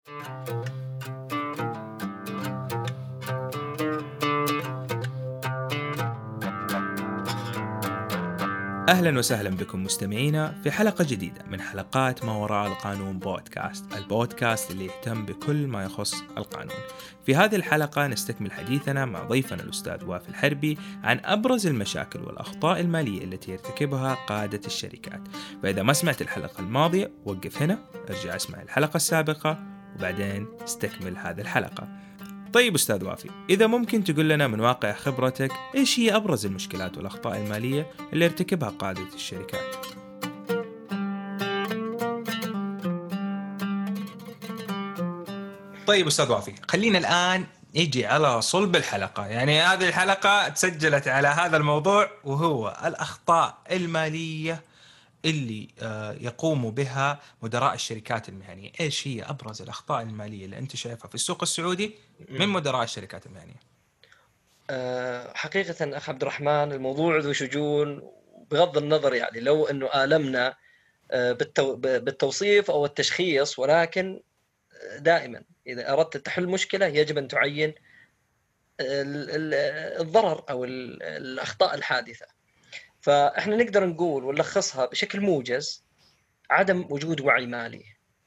أهلا وسهلا بكم مستمعينا في حلقة جديدة من حلقات ما وراء القانون بودكاست، البودكاست اللي يهتم بكل ما يخص القانون. في هذه الحلقة نستكمل حديثنا مع ضيفنا الأستاذ وافي الحربي عن أبرز المشاكل والأخطاء المالية التي يرتكبها قادة الشركات. فإذا ما سمعت الحلقة الماضية وقف هنا، ارجع اسمع الحلقة السابقة وبعدين استكمل هذه الحلقة. طيب أستاذ وافي، إذا ممكن تقول لنا من واقع خبرتك إيش هي أبرز المشكلات والأخطاء المالية اللي يرتكبها قادة الشركات؟ طيب أستاذ وافي، خلينا الآن نيجي على صلب الحلقة. يعني هذه الحلقة تسجلت على هذا الموضوع، وهو الأخطاء المالية اللي يقوم بها مدراء الشركات المهنية. إيش هي أبرز الأخطاء المالية اللي أنت شايفها في السوق السعودي من مدراء الشركات المهنية؟ حقيقة أخ عبد الرحمن، الموضوع ذو شجون، بغض النظر يعني لو أنه آلمنا بالتوصيف أو التشخيص، ولكن دائما إذا أردت تحل مشكلة يجب أن تعين الضرر أو الأخطاء الحادثة. فإحنا نقدر نقول ونلخصها بشكل موجز: عدم وجود وعي مالي.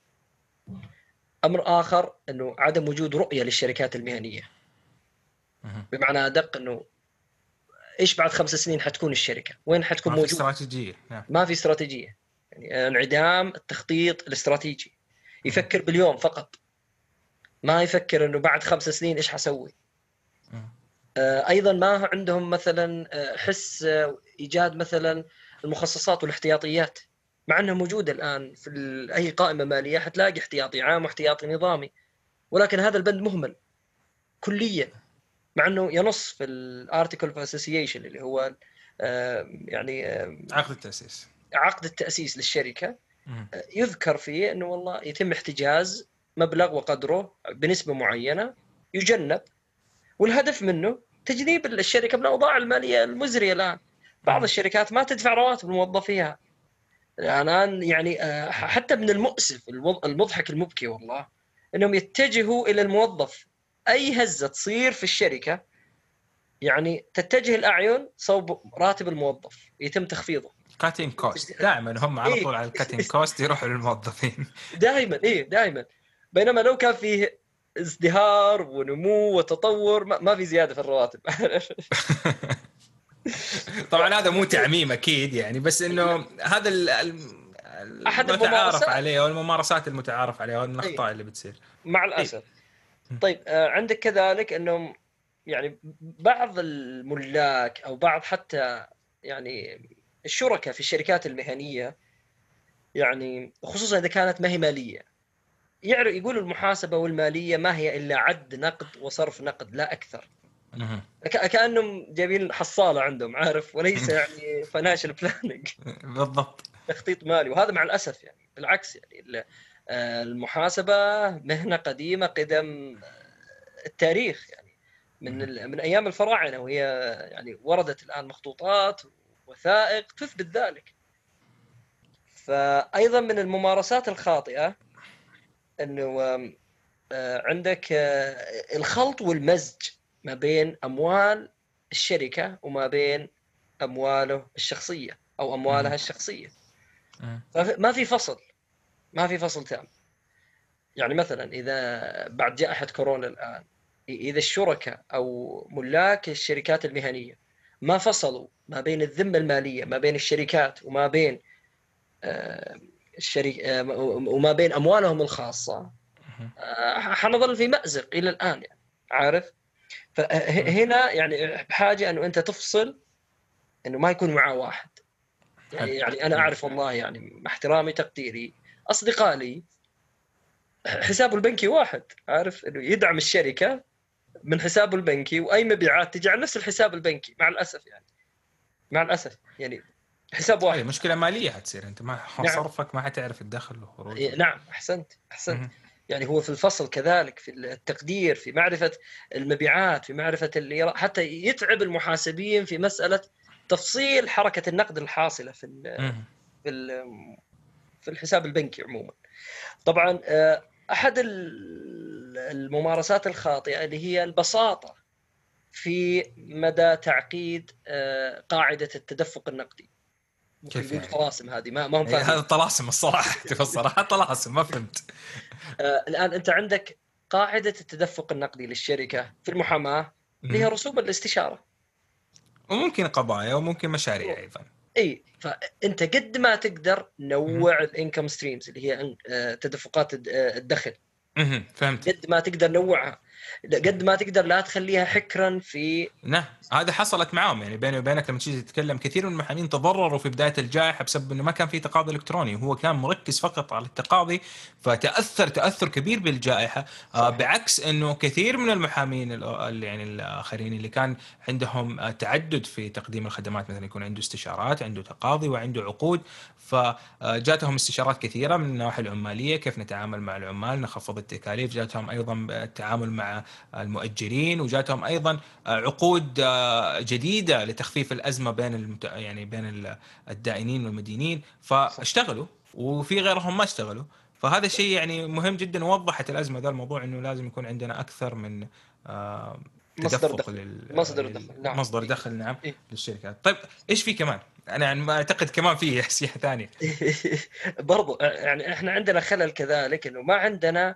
أمر آخر أنه عدم وجود رؤية للشركات المهنية، بمعنى أدق أنه إيش بعد 5 سنين حتكون الشركة، وين حتكون موجودة. ما في استراتيجية. ما في استراتيجية، يعني انعدام التخطيط الاستراتيجي. يفكر باليوم فقط، ما يفكر أنه بعد 5 سنين إيش حسوي. أيضا ما عندهم مثلا حس إيجاد مثلا المخصصات والاحتياطيات، مع أنها موجودة الآن في أي قائمة مالية حتلاقي احتياطي عام واحتياطي نظامي، ولكن هذا البند مهمل كليا، مع أنه ينص في الارتيكل اوف اسوسيشن اللي هو يعني عقد التأسيس للشركة. يذكر فيه أنه والله يتم احتجاز مبلغ وقدره بنسبة معينة يجنب، والهدف منه تجنيب الشركة من الأوضاع المالية المزرية. الآن بعض الشركات ما تدفع رواتب موظفيها الآن، يعني حتى من المؤسف المضحك المبكي والله أنهم يتجهوا إلى الموظف. أي هزة تصير في الشركة يعني تتجه الأعين صوب راتب الموظف، يتم تخفيضه. كاتين كوست دائما هم على طول على الكاتين كوست يروحوا للموظفين دائما دائما. بينما لو كان فيه ازدهار ونمو وتطور ما في زيادة في الرواتب. طبعا هذا مو تعميم أكيد يعني، بس إنه هذا أحد المتعارف عليه أو الممارسات المتعارف عليها أو الأخطاء اللي بتصير مع الأسف. طيب عندك كذلك أنهم يعني بعض الملاك أو بعض حتى يعني الشركاء في الشركات المهنية، يعني خصوصا إذا كانت ما هي مالية، يقول المحاسبة والمالية ما هي إلا عد نقد وصرف نقد لا أكثر. كأنهم جايبين حصالة عندهم، عارف، وليس يعني financial planning بالضبط، تخطيط مالي. وهذا مع الأسف يعني بالعكس، يعني المحاسبة مهنة قديمة قدم التاريخ، يعني من أيام الفراعنة، وهي يعني وردت الآن مخطوطات وثائق تثبت ذلك. فأيضا من الممارسات الخاطئة أنه عندك الخلط والمزج ما بين أموال الشركة وما بين أمواله الشخصية أو أموالها الشخصية. ما في فصل تام. يعني مثلا إذا بعد جائحة كورونا الآن، إذا الشركاء أو ملاك الشركات المهنية ما فصلوا ما بين الذمة المالية ما بين الشركات وما بين وما بين أموالهم الخاصة، حنظل في مأزق إلى الآن، يعني عارف. فهنا يعني بحاجة أنه أنت تفصل، أنه ما يكون معاه واحد. يعني أنا أعرف والله، يعني مع احترامي تقديري، أصدقاء لي حسابه البنكي واحد، عارف، أنه يدعم الشركة من حسابه البنكي، وأي مبيعات تجي على نفس الحساب البنكي. مع الأسف يعني حساب واحد. مشكلة مالية هتصير، أنت ما صرفك ما حتعرف الدخل والخروج. نعم، أحسنت. يعني هو في الفصل كذلك، في التقدير، في معرفة المبيعات، في معرفة اللي حتى يتعب المحاسبين في مسألة تفصيل حركة النقد الحاصلة في الحساب البنكي عموما. طبعا أحد الممارسات الخاطئة اللي هي البساطة في مدى تعقيد قاعدة التدفق النقدي. ممكن نقول طلاسم هذه ما هم فاهمين. هذا طلاسم الصراحة. الصراحة طلاسم ما فهمت. الآن أنت عندك قاعدة التدفق النقدي للشركة في المحاماة اللي هي رسوم الاستشارة، وممكن قضايا وممكن مشاريع أيضا. اي، فانت قد ما تقدر نوع الانكم ستريمز اللي هي تدفقات الدخل. فهمت. قد ما تقدر نوعها، قد ما تقدر لا تخليها حكرا في. نعم، هذا حصلت معهم يعني بيني وبينك. لما تيجي تتكلم كثير من المحامين تضرروا في بداية الجائحة بسبب انه ما كان في تقاضي الكتروني، وهو كان مركز فقط على التقاضي، فتأثر تأثر كبير بالجائحة. بعكس انه كثير من المحامين اللي يعني الاخرين اللي كان عندهم تعدد في تقديم الخدمات، مثلا يكون عنده استشارات، عنده تقاضي، وعنده عقود، فجاتهم استشارات كثيرة من النواحي العمالية، كيف نتعامل مع العمال، نخفض التكاليف. جاتهم ايضا التعامل مع المؤجرين، وجاتهم ايضا عقود جديدة لتخفيف الأزمة بين يعني بين الدائنين والمدينين، فاشتغلوا، وفي غيرهم ما اشتغلوا. فهذا الشيء يعني مهم جدا، ووضحت الأزمة ذا الموضوع انه لازم يكون عندنا أكثر من تدفق مصدر دخل. نعم. مصدر دخل. نعم. إيه؟ للشركات. طيب ايش في كمان؟ انا يعني ما اعتقد كمان في اشياء ثانية. برضو يعني احنا عندنا خلل كذلك، انه ما عندنا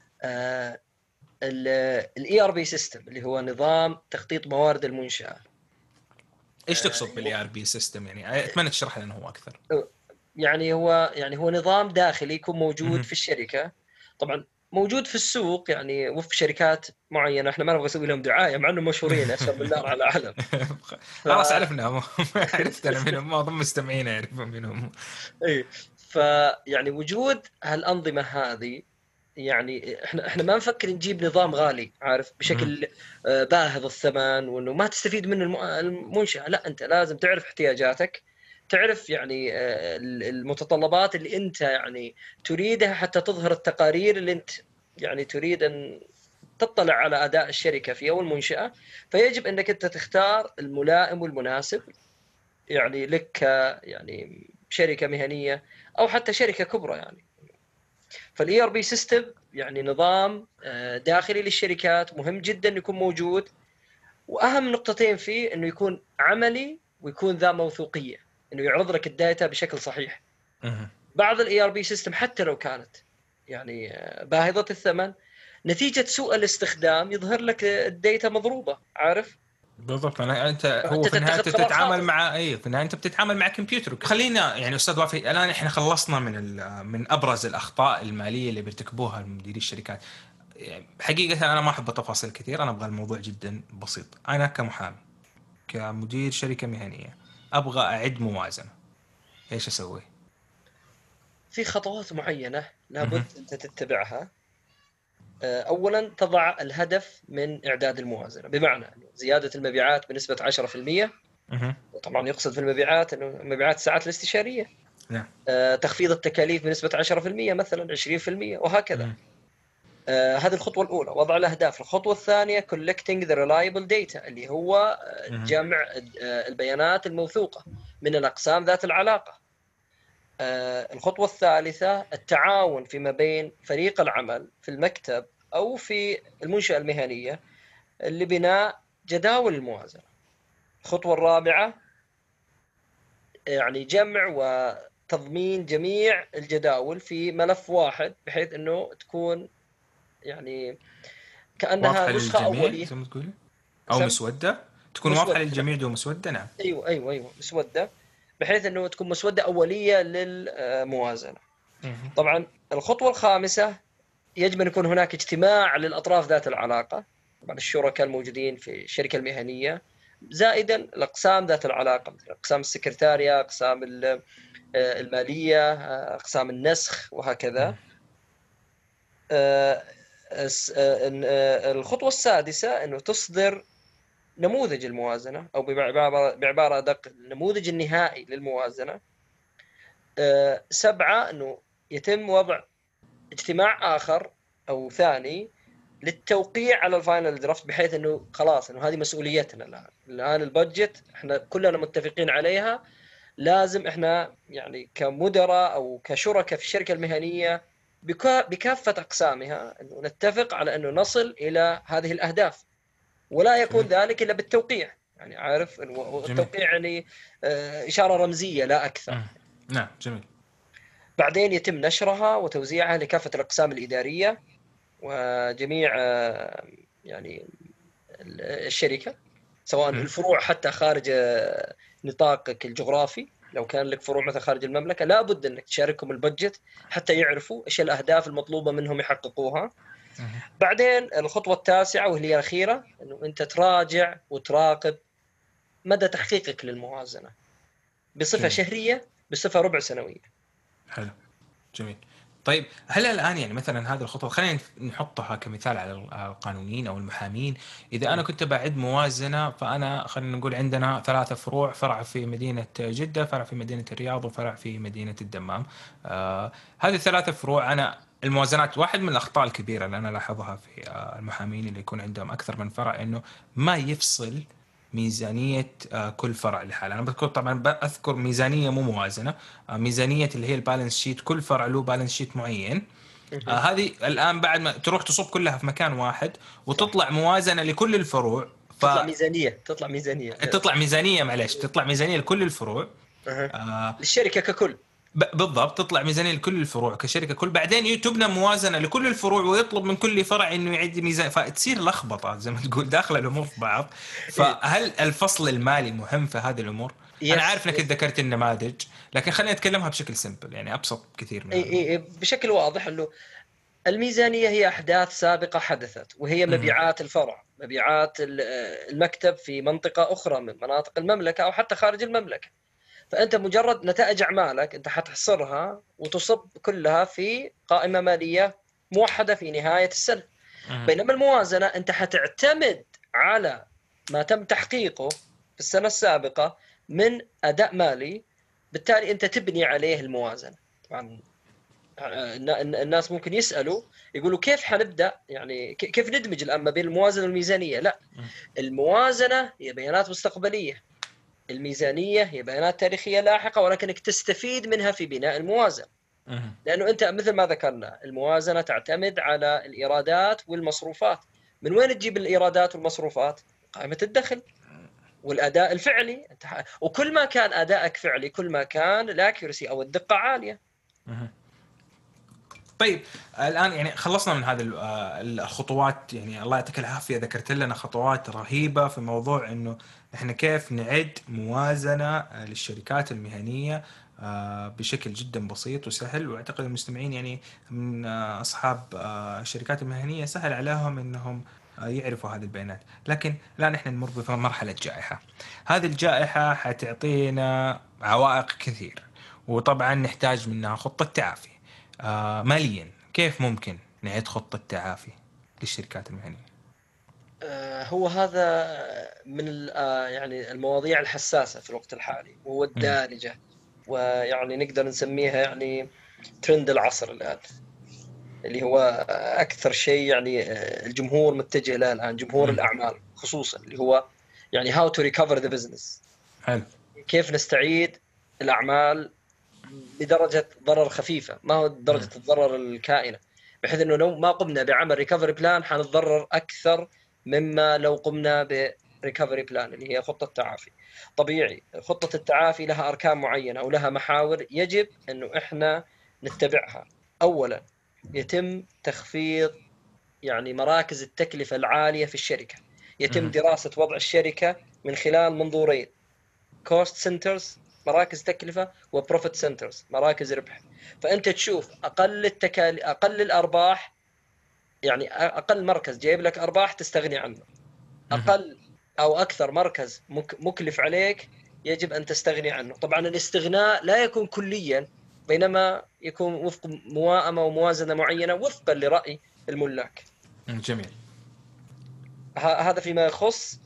الاي ار بي سيستم اللي هو نظام تخطيط موارد المنشأة. ايش تقصد بالاي ار بي سيستم؟ يعني اتمنى تشرح لنا هو اكثر. يعني هو نظام داخلي يكون موجود في الشركة، طبعا موجود في السوق يعني وفق شركات معينة. احنا ما نبغى نسوي لهم دعاية مع انهم مشهورين اشهر من النار على العالم. خلاص عرفنا. عرفت انا منهم، معظم مستمعين يعرفون منهم. اي، فيعني وجود هالأنظمة هذه، يعني احنا ما نفكر نجيب نظام غالي عارف بشكل باهظ الثمن، وانه ما تستفيد منه المنشأة. لا، انت لازم تعرف احتياجاتك، تعرف يعني المتطلبات اللي انت يعني تريدها حتى تظهر التقارير اللي انت يعني تريد ان تطلع على اداء الشركة في اول منشأة. فيجب انك انت تختار الملائم والمناسب يعني لك، يعني شركة مهنية او حتى شركة كبرى يعني. فالاي ار بي سيستم يعني نظام داخلي للشركات مهم جدا يكون موجود، واهم نقطتين فيه انه يكون عملي ويكون ذا موثوقيه، انه يعرض لك الداتا بشكل صحيح. بعض الاي ار بي سيستم حتى لو كانت يعني باهظه الثمن، نتيجه سوء الاستخدام يظهر لك الداتا مضروبه، عارف بالضبط. انت هو في النهايه تتعامل مع في النهايه انت بتتعامل مع كمبيوتر. خلينا يعني استاذ وافي، الان احنا خلصنا من ابرز الاخطاء الماليه اللي بيرتكبوها مديري الشركات. حقيقه انا ما احب التفاصيل كثير، انا ابغى الموضوع جدا بسيط. انا كمحامي، كمدير شركه مهنيه، ابغى اعد موازنه، ايش اسوي؟ في خطوات معينه لابد انت تتبعها. اولا تضع الهدف من اعداد الموازنه، بمعنى زياده المبيعات بنسبه 10%. طبعا يقصد في المبيعات انه مبيعات الساعات الاستشاريه. نعم. تخفيض التكاليف بنسبه 10% مثلا 20%، وهكذا. هذه الخطوه الاولى، وضع الاهداف. الخطوه الثانيه collecting the reliable data، اللي هو جمع البيانات الموثوقه من الاقسام ذات العلاقه. الخطوة الثالثة التعاون فيما بين فريق العمل في المكتب أو في المنشأة المهنية لبناء جداول الموازنة. الخطوة الرابعة يعني جمع وتضمين جميع الجداول في ملف واحد، بحيث أنه تكون يعني كأنها نسخة أولية أو مسودة، تكون واضحة للجميع مسودة. نعم. أيوة مسودة، بحيث أنه تكون مسودة أولية للموازنة. طبعا الخطوة الخامسة يجب أن يكون هناك اجتماع للأطراف ذات العلاقة، طبعا الشركاء الموجودين في الشركة المهنية، زائدا الأقسام ذات العلاقة، مثل أقسام السكرتارية، أقسام المالية، أقسام النسخ، وهكذا. الخطوة السادسة أنه تصدر نموذج الموازنة، أو بعبارة أدق النموذج النهائي للموازنة. 7 أنه يتم وضع اجتماع آخر أو ثاني للتوقيع على الفاينل درافت، بحيث أنه خلاص أنه هذه مسؤوليتنا الآن البادجت إحنا كلنا متفقين عليها، لازم إحنا يعني كمدراء أو كشركاء في الشركة المهنية بكافة أقسامها أنه نتفق على أنه نصل إلى هذه الأهداف، ولا يكون ذلك إلا بالتوقيع. يعني عارف التوقيع يعني إشارة رمزية لا أكثر. نعم جميل. بعدين يتم نشرها وتوزيعها لكافة الأقسام الإدارية وجميع يعني الشركة، سواء الفروع حتى خارج نطاقك الجغرافي. لو كان لك فروع مثلا خارج المملكة لابد أنك تشاركهم البجت حتى يعرفوا إيش الأهداف المطلوبة منهم يحققوها. بعدين الخطوة التاسعة وهي الأخيرة، أنه أنت تراجع وتراقب مدى تحقيقك للموازنة بصفة جميل. شهرية، بصفة ربع سنوية. حلو جميل. طيب هل الآن يعني مثلا هذه الخطوة خلينا نحطها كمثال على القانونيين أو المحامين. إذا أنا كنت بعد موازنة، فأنا خلينا نقول عندنا 3 فروع، فرع في مدينة جدة، فرع في مدينة الرياض، وفرع في مدينة الدمام. هذه 3 فروع أنا الموازنات، واحد من الأخطاء الكبيرة اللي أنا لاحظها في المحامين اللي يكون عندهم أكثر من فرع إنه ما يفصل ميزانية كل فرع لحاله. أنا بذكر طبعا بأذكر ميزانية مو موازنة، ميزانية اللي هي البالانس شيت، كل فرع له بالانس شيت معين. هذه الآن بعد ما تروح تصب كلها في مكان واحد وتطلع موازنة لكل الفروع، تطلع ميزانية تطلع ميزانية معلش تطلع ميزانية لكل الفروع. للشركة ككل. بالضبط، تطلع ميزانية لكل الفروع كشركة كل، بعدين تبنى موازنة لكل الفروع ويطلب من كل فرع إنه يعد ميزان، فتصير لخبطة زي ما تقول داخل الأمور في بعض. فهل الفصل المالي مهم في هذه الأمور؟ أنا عارف إنك ذكرت النماذج، لكن خلينا نتكلمها بشكل سيمبل، يعني أبسط كثير من بشكل واضح. إنه الميزانية هي أحداث سابقة حدثت، وهي مبيعات الفرع، مبيعات المكتب في منطقة أخرى من مناطق المملكة أو حتى خارج المملكة. فأنت مجرد نتائج أعمالك أنت حتحصرها وتصب كلها في قائمة مالية موحدة في نهاية السنة. بينما الموازنة أنت حتعتمد على ما تم تحقيقه في السنة السابقة من أداء مالي، بالتالي أنت تبني عليه الموازنة. طبعا الناس ممكن يسألوا يقولوا كيف حنبدأ، يعني كيف ندمج الآن ما بين الموازنة والميزانية؟ لا، الموازنة هي بيانات مستقبلية، الميزانية هي بيانات تاريخية لاحقة، ولكنك تستفيد منها في بناء الموازنة. لأنه أنت مثل ما ذكرنا الموازنة تعتمد على الإيرادات والمصروفات. من وين تجيب الإيرادات والمصروفات؟ قائمة الدخل والأداء الفعلي. وكل ما كان أدائك فعلي كل ما كان الأكيورسي أو الدقة عالية. طيب الآن يعني خلصنا من هذه الخطوات، يعني الله يعطيك العافية ذكرت لنا خطوات رهيبة في موضوع إنه إحنا كيف نعد موازنة للشركات المهنية بشكل جدا بسيط وسهل. واعتقد المستمعين يعني من أصحاب الشركات المهنية سهل عليهم إنهم يعرفوا هذه البيانات. لكن الآن إحنا نمر بمرحلة جائحة. هذه الجائحة حتعطينا عوائق كثير، وطبعا نحتاج منها خطة تعافي. ماليا كيف ممكن نعد خطة تعافي للشركات المهنية؟ هو هذا من يعني المواضيع الحساسة في الوقت الحالي، وهو الدارجة، ويعني نقدر نسميها يعني ترند العصر الآن، اللي هو أكثر شيء يعني الجمهور متجه له الآن، جمهور الأعمال خصوصا، اللي هو يعني how to recover the business. حلو. كيف نستعيد الأعمال بدرجة ضرر خفيفة، ما هو درجة الضرر الكائنة، بحيث أنه لو ما قمنا بعمل ريكفري بلان حنتضرر أكثر مما لو قمنا بريكفري بلان اللي هي خطة تعافي. طبيعي خطة التعافي لها أركان معينة أو لها محاور يجب أنه إحنا نتبعها. أولا يتم تخفيض يعني مراكز التكلفة العالية في الشركة. يتم دراسة وضع الشركة من خلال منظورين: cost centers مراكز تكلفة، وبروفيت سنترز مراكز ربح. فأنت تشوف أقل أقل الأرباح، يعني أقل مركز جايب لك أرباح تستغني عنه، أقل أو أكثر مركز مكلف عليك يجب أن تستغني عنه. طبعا الاستغناء لا يكون كليا، بينما يكون وفق موائمة وموازنة معينة وفقا لرأي الملاك. جميل. هذا فيما يخص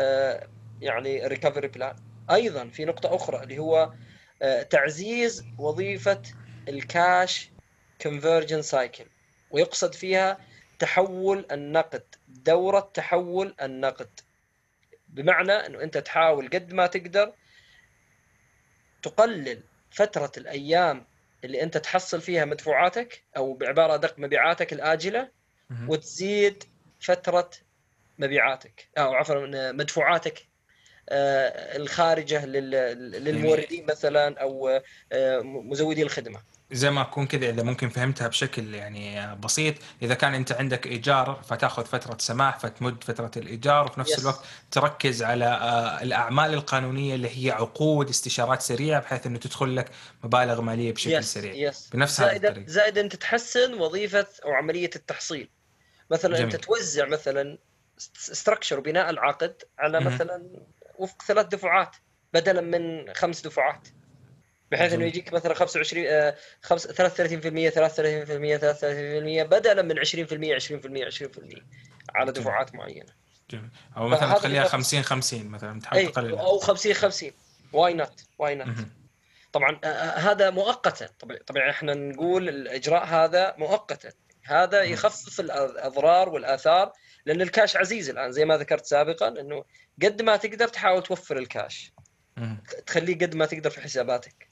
يعني ريكفري بلان. أيضا في نقطة أخرى اللي هو تعزيز وظيفة الكاش كونفرجن سايكل، ويقصد فيها تحول النقد، دورة تحول النقد، بمعنى أنه أنت تحاول قد ما تقدر تقلل فترة الأيام اللي انت تحصل فيها مدفوعاتك، او بعباره ادق مبيعاتك الاجله، وتزيد فتره مبيعاتك او عفوا مدفوعاتك الخارجه للموردين مثلا، او مزودي الخدمه. زي ما أكون كذا، إذا ممكن فهمتها بشكل يعني بسيط، إذا كان أنت عندك إيجار فتأخذ فترة سماح فتمد فترة الإيجار، وفي نفس الوقت تركز على الأعمال القانونية اللي هي عقود استشارات سريعة، بحيث أنه تدخل لك مبالغ مالية بشكل سريع بنفس هذه الطريقة. زائد أنت تحسن وظيفة أو عملية التحصيل. مثلا جميل. أنت توزع مثلا ستركشر وبناء العقد على مثلا وفق 3 دفعات بدلا من 5 دفعات، بحيث انه يجيك مثلا 25 33% 33% بدلا من 20% 20% على دفعات معينه. جميل. او مثلا تخليها 50-50 مثلا، تحاول تقلل، او 50-50. واي نوت. طبعا هذا مؤقتا. طبعا احنا نقول الاجراء هذا مؤقتا، هذا يخفف الاضرار والاثار، لان الكاش عزيز الان زي ما ذكرت سابقا، انه قد ما تقدر تحاول توفر الكاش، تخليه قد ما تقدر في حساباتك.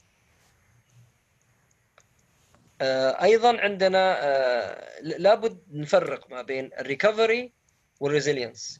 ايضا عندنا لابد نفرق ما بين الريكفري والريزيلينس.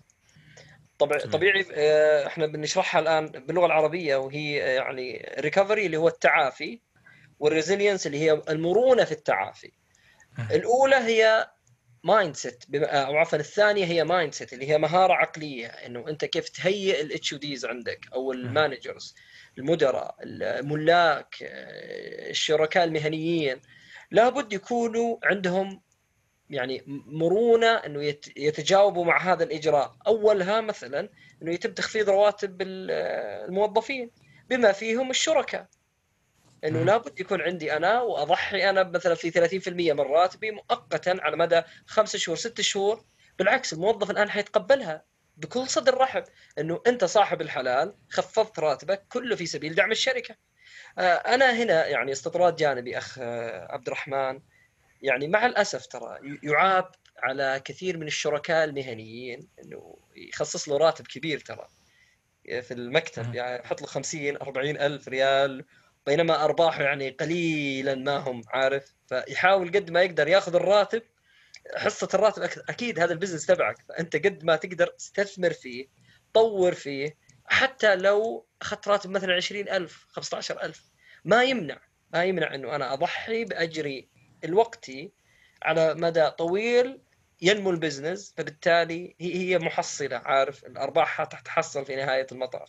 طبيعي احنا بنشرحها الان باللغه العربيه، وهي يعني الريكفري اللي هو التعافي، والريزيلينس اللي هي المرونه في التعافي. الاولى هي مايند سيت، او عفوا الثانيه هي مايند سيت اللي هي مهاره عقليه، انه انت كيف تهيئ الاتش ديز عندك او المانجرز، المدراء، الملاك، الشركاء المهنيين، لابد يكونوا عندهم يعني مرونه انه يتجاوبوا مع هذا الاجراء. اولها مثلا انه يتم تخفيض رواتب الموظفين بما فيهم الشركاء، انه لابد يكون عندي انا واضحي انا مثلا في 30% من راتبي مؤقتا على مدى 5 شهور 6 شهور. بالعكس الموظف الان حيتقبلها بكل صدر رحب، انه انت صاحب الحلال خفضت راتبك كله في سبيل دعم الشركه. انا هنا يعني استطراد جانبي اخ عبد الرحمن، يعني مع الاسف ترى يعاب على كثير من الشركاء المهنيين انه يخصص له راتب كبير ترى في المكتب، يعني يحط له 50-40 ألف ريال، بينما أرباحه يعني قليلا ما هم عارف، فيحاول قد ما يقدر ياخذ الراتب، حصة الراتب. أكيد هذا البزنس تبعك، فأنت قد ما تقدر استثمر فيه، طور فيه، حتى لو أخذت راتب مثلا 20 ألف 15 ألف، ما يمنع أنه أنا أضحي بأجري الوقتي على مدى طويل ينمو البزنس، فبالتالي هي محصلة، عارف الأرباح تحصل في نهاية المطاف.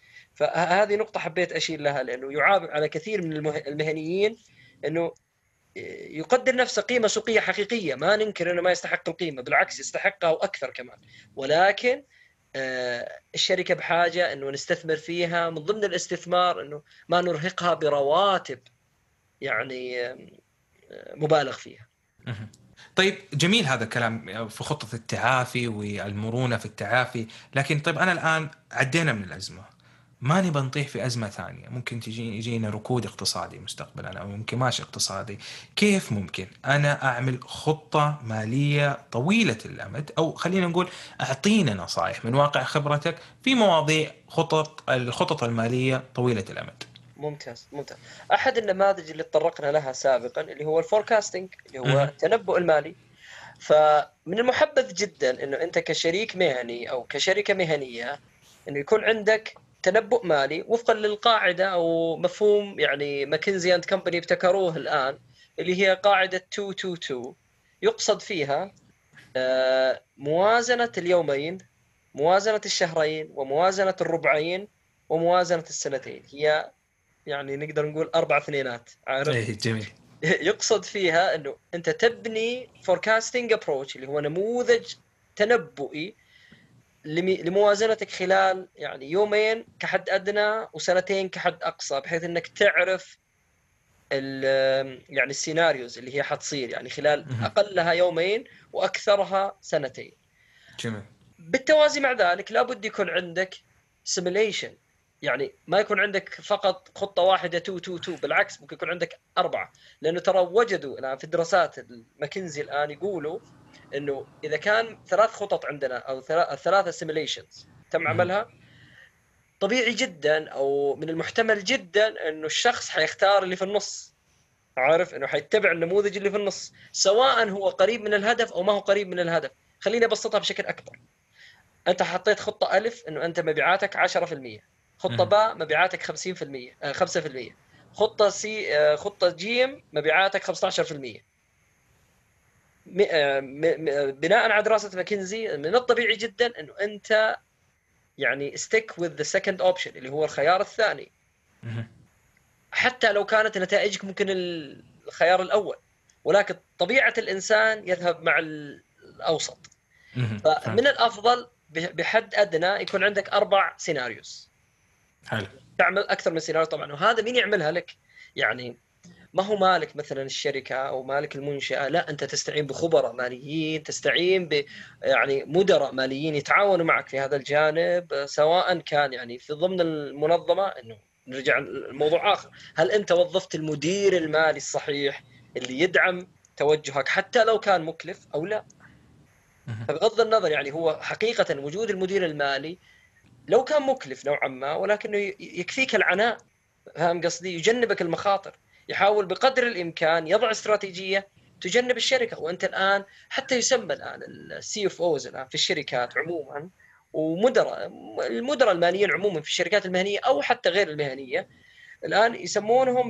فهذه نقطة حبيت أشير لها، لأنه يعاب على كثير من المهنيين أنه يقدر نفسه قيمة سوقية حقيقية، ما ننكر أنه ما يستحق القيمة، بالعكس يستحقها وأكثر كمان، ولكن الشركة بحاجة أنه نستثمر فيها من ضمن الاستثمار، أنه ما نرهقها برواتب يعني مبالغ فيها. طيب جميل هذا الكلام في خطة التعافي والمرونة في التعافي، لكن طيب أنا الآن عدينا من الأزمة، ما نبى نطيح في أزمة ثانية، ممكن يجينا ركود اقتصادي مستقبلا أو انكماش اقتصادي. كيف ممكن أنا أعمل خطة مالية طويلة الأمد، أو خلينا نقول أعطينا نصائح من واقع خبرتك في مواضيع الخطط المالية طويلة الأمد. ممتاز. احد النماذج اللي تطرقنا لها سابقا اللي هو الفوركاستنج، اللي هو التنبؤ المالي. فمن المحبذ جدا انه انت كشريك مهني او كشركه مهنيه انه يكون عندك تنبؤ مالي وفقا للقاعده او مفهوم يعني ماكنزي اند كمباني ابتكروه الان، اللي هي قاعده 222. يقصد فيها موازنه اليومين، موازنه الشهرين، وموازنه الربعين، وموازنه السنتين. هي يعني نقدر نقول 4 اثنينات، عارف؟ ايه جميل. يقصد فيها انه انت تبني فوركاستنج ابروتش اللي هو نموذج تنبؤي لموازنتك خلال يعني يومين كحد ادنى وسنتين كحد اقصى، بحيث انك تعرف يعني السيناريوز اللي هي حتصير يعني خلال اقلها يومين واكثرها سنتين. جميل. بالتوازي مع ذلك لابد يكون عندك سيميليشن، يعني ما يكون عندك فقط خطة واحدة 222، بالعكس ممكن يكون عندك 4، لأنه ترى وجدوا الآن في الدراسات الماكنزي الآن يقولوا إنه إذا كان 3 خطط عندنا أو 3 سيميليشنز تم عملها، طبيعي جدا أو من المحتمل جدا إنه الشخص حيختار اللي في النص، عارف انه حيتبع النموذج اللي في النص، سواء هو قريب من الهدف او ما هو قريب من الهدف. خليني ابسطها بشكل اكبر. انت حطيت خطه الف انه انت مبيعاتك 10%، خطه باء مبيعاتك 50%، 5%، خطه سي، خطه جيم مبيعاتك 15%. بناء على دراسه ماكنزي من الطبيعي جدا انه انت يعني stick with the second option اللي هو الخيار الثاني، حتى لو كانت نتائجك ممكن الخيار الأول، ولكن طبيعة الإنسان يذهب مع الأوسط. فمن الأفضل بحد أدنى يكون عندك 4 سيناريوز. حلو. تعمل أكثر من سيناريو طبعا، وهذا مين يعملها لك؟ يعني ما هو مالك مثلا الشركة أو مالك المنشأة، لا، أنت تستعين بخبراء ماليين، تستعين يعني مدراء ماليين يتعاونوا معك في هذا الجانب، سواء كان يعني في ضمن المنظمة. إنه نرجع الموضوع آخر، هل أنت وظفت المدير المالي الصحيح اللي يدعم توجهك حتى لو كان مكلف أو لا؟ فبغض النظر يعني هو حقيقة وجود المدير المالي لو كان مكلف نوعا ما، ولكنه يكفيك العناء، فاهم قصدي؟ يجنبك المخاطر، يحاول بقدر الامكان يضع استراتيجيه تجنب الشركه. وانت الان حتى يسمى الان السي اف اوز الان في الشركات عموما، المدراء الماليين عموما في الشركات المهنيه او حتى غير المهنيه، الان يسمونهم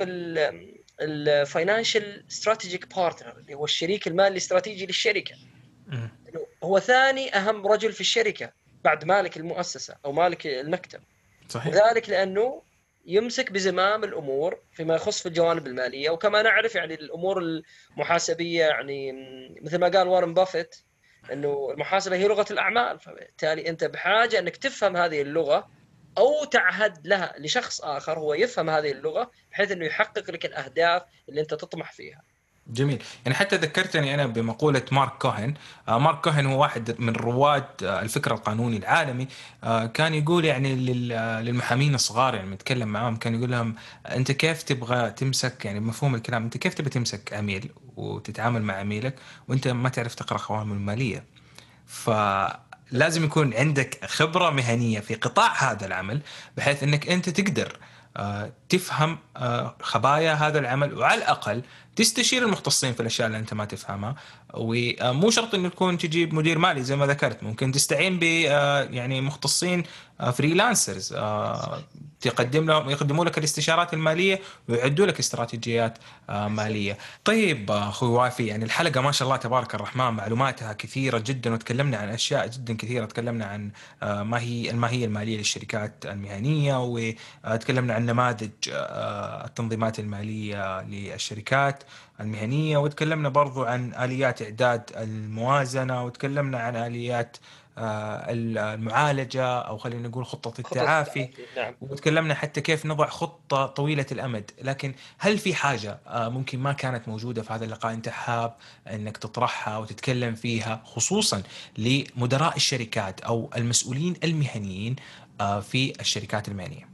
الفاينانشال استراتيجيك بارتنر، اللي هو الشريك المالي الاستراتيجي للشركه. هو ثاني اهم رجل في الشركه بعد مالك المؤسسه او مالك المكتب. صحيح. وذلك لانه يمسك بزمام الامور فيما يخص في الجوانب الماليه. وكما نعرف يعني الامور المحاسبيه، يعني مثل ما قال وارن بافيت انه المحاسبه هي لغه الاعمال، فبالتالي انت بحاجه انك تفهم هذه اللغه او تعهد لها لشخص اخر هو يفهم هذه اللغه، بحيث انه يحقق لك الاهداف اللي انت تطمح فيها. جميل. يعني حتى ذكرتني أنا بمقولة مارك كوهن. مارك كوهن هو واحد من رواد الفكر القانوني العالمي. كان يقول يعني للمحامين الصغار، يعني متكلم معاهم كان يقول لهم أنت كيف تبغى تمسك، يعني مفهوم الكلام، أنت كيف تبغى تمسك عميل وتتعامل مع عميلك وأنت ما تعرف تقرأ قوانين المالية؟ فلازم يكون عندك خبرة مهنية في قطاع هذا العمل، بحيث أنك أنت تقدر تفهم خبايا هذا العمل، وعلى الأقل تستشير المختصين في الأشياء اللي أنت ما تفهمها. ومو شرط أن تكون تجيب مدير مالي زي ما ذكرت، ممكن تستعين ب يعني مختصين فريلانسرز يقدموا لك الاستشارات المالية ويعدوا لك استراتيجيات مالية. طيب أخوي وافي، يعني الحلقة ما شاء الله تبارك الرحمن معلوماتها كثيرة جدا، وتكلمنا عن أشياء جدا كثيرة. تكلمنا عن ما هي الماهية المالية للشركات المهنية، وتكلمنا عن نماذج التنظيمات المالية للشركات المهنية، وتكلمنا برضو عن آليات إعداد الموازنة، وتكلمنا عن آليات المعالجة، أو خلينا نقول خطة التعافي. نعم. وتكلمنا حتى كيف نضع خطة طويلة الأمد. لكن هل في حاجة ممكن ما كانت موجودة في هذا اللقاء أنت حاب أنك تطرحها وتتكلم فيها، خصوصا لمدراء الشركات أو المسؤولين المهنيين في الشركات المهنية؟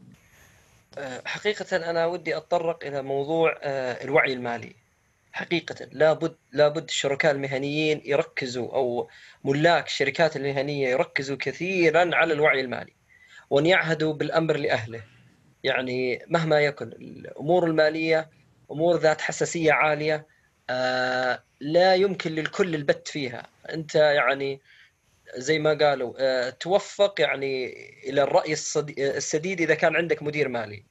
حقيقة أنا ودي أتطرق إلى موضوع الوعي المالي. حقيقة لابد الشركاء المهنيين يركزوا، أو ملاك الشركات المهنية يركزوا كثيرا على الوعي المالي، وأن يعهدوا بالأمر لأهله. يعني مهما يكن الأمور المالية أمور ذات حساسية عالية، لا يمكن للكل البت فيها. أنت يعني زي ما قالوا توفق يعني إلى الرأي السديد إذا كان عندك مدير مالي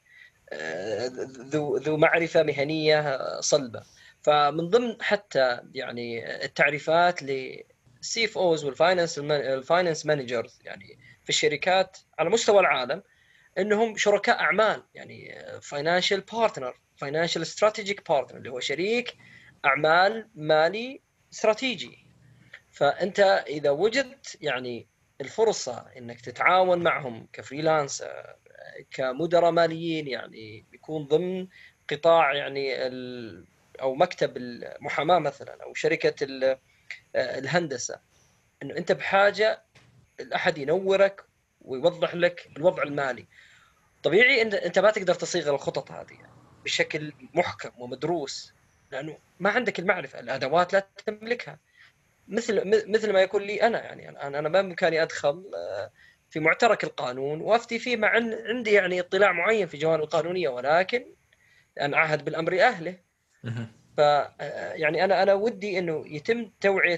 ذو معرفة مهنية صلبة. فمن ضمن حتى يعني التعريفات للسي اف اوز والفاينانس مانجرز يعني في الشركات على مستوى العالم، انهم شركاء اعمال، يعني فاينانشال بارتنر، فاينانشال استراتيجيك بارتنر، اللي هو شريك اعمال مالي استراتيجي. فانت اذا وجدت يعني الفرصه انك تتعاون معهم كفريلانسر، كمدراء ماليين، يعني بيكون ضمن قطاع يعني او مكتب المحاماه مثلا، او شركه الهندسه، انه انت بحاجه الاحد ينورك ويوضح لك الوضع المالي. طبيعي انت ما تقدر تصيغ الخطط هذه بشكل محكم ومدروس، لانه ما عندك المعرفه، الادوات لا تملكها. مثل ما يكون لي انا، يعني انا ما بامكاني ادخل في معترك القانون وافتي فيه، مع عندي يعني اطلاع معين في جوانب القانونيه، ولكن أن أعهد بالأمر أهله. ف يعني انا ودي انه يتم توعيه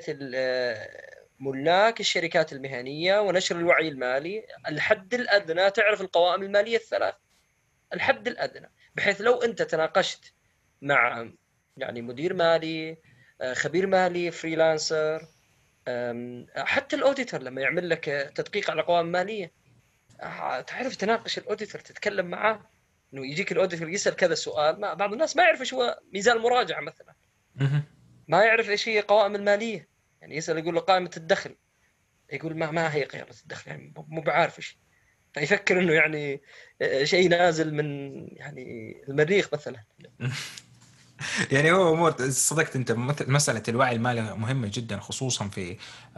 ملاك الشركات المهنيه ونشر الوعي المالي. الحد الادنى تعرف القوائم الماليه الثلاث، الحد الادنى، بحيث لو انت تناقشت مع يعني مدير مالي، خبير مالي، فريلانسر، حتى الاوديتور لما يعمل لك تدقيق على قوائم ماليه، تعرف تناقش الاوديتور، تتكلم معاه، انه يجيك الاوديتور يسال كذا سؤال. ما بعض الناس ما يعرف ايش هو ميزان المراجعه مثلا، ما يعرف ايش هي قوائم الماليه، يعني يسال يقول له قائمه الدخل، يقول ما هي قائمه الدخل، يعني مو بعارف ايش، فيفكر انه يعني شيء نازل من يعني المريخ مثلا. يعني هو امور صدقت انت، مساله الوعي المالي مهمه جدا خصوصا في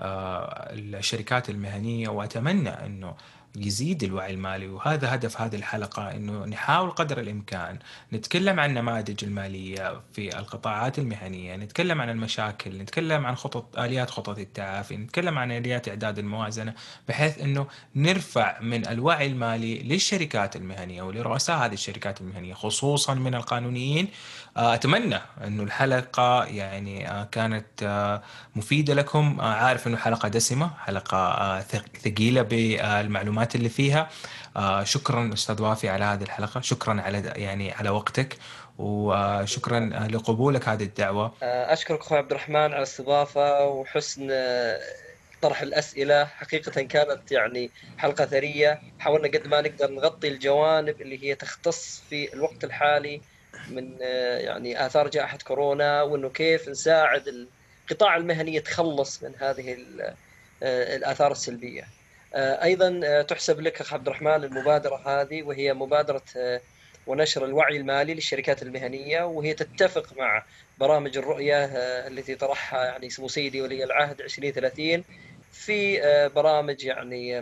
الشركات المهنيه، واتمنى انه يزيد الوعي المالي. وهذا هدف هذه الحلقه، انه نحاول قدر الامكان نتكلم عن النماذج الماليه في القطاعات المهنيه، نتكلم عن المشاكل، نتكلم عن اليات خطط التعافي، نتكلم عن اليات اعداد الموازنه، بحيث انه نرفع من الوعي المالي للشركات المهنيه ولرؤساء هذه الشركات المهنيه خصوصا من القانونيين. أتمنى أنه الحلقة يعني كانت مفيدة لكم. عارف أنه حلقة دسمة، حلقة ثقيلة بالمعلومات اللي فيها. شكرا أستاذ وافي على هذه الحلقة، شكرا على وقتك، وشكرا لقبولك هذه الدعوة. أشكرك أخوي عبد الرحمن على الاستضافة وحسن طرح الأسئلة. حقيقة كانت يعني حلقة ثرية، حاولنا قد ما نقدر نغطي الجوانب اللي هي تختص في الوقت الحالي من يعني آثار جائحة كورونا، وإنه كيف نساعد القطاع المهني يتخلص من هذه الآثار السلبية. أيضا تحسب لك أخ عبد الرحمن المبادرة هذه، وهي مبادرة ونشر الوعي المالي للشركات المهنية، وهي تتفق مع برامج الرؤية التي طرحها يعني سمو سيدي ولي العهد 2030 في برامج يعني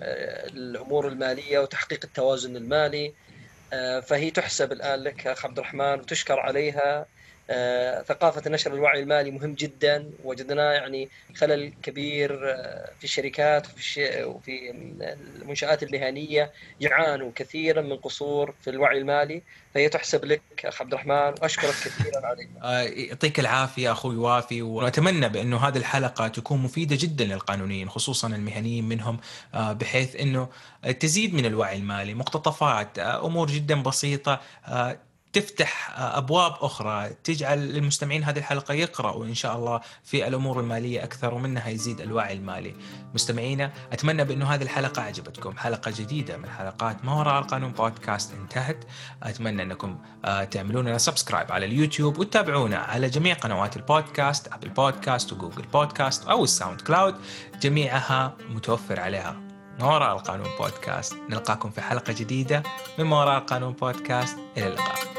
الأمور المالية وتحقيق التوازن المالي. فهي تحسب الآن لك أخ عبد الرحمن وتشكر عليها. ثقافة نشر الوعي المالي مهم جدا، وجدنا يعني خلل كبير في الشركات وفي المنشآت المهنية، يعانوا كثيرا من قصور في الوعي المالي، فهي تحسب لك أخ عبد الرحمن وأشكرك كثيرا عليها. يعطيك العافية أخوي وافي، وأتمنى بأنه هذه الحلقة تكون مفيدة جدا للقانونيين خصوصا المهنيين منهم، بحيث أنه تزيد من الوعي المالي مقتطفات أمور جدا بسيطة تفتح أبواب أخرى، تجعل المستمعين هذه الحلقة يقرأوا إن شاء الله في الأمور المالية أكثر، ومنها يزيد الوعي المالي. مستمعينا، أتمنى بأنه هذه الحلقة عجبتكم. حلقة جديدة من حلقات ما وراء القانون بودكاست انتهت. أتمنى أنكم تعملون لنا سبسكرايب على اليوتيوب، وتتابعونا على جميع قنوات البودكاست، أبل بودكاست وجوجل بودكاست أو الساوند كلاود، جميعها متوفر عليها ما وراء القانون بودكاست. نلقاكم في حلقة جديدة من ما وراء القانون بودكاست. إلى اللقاء.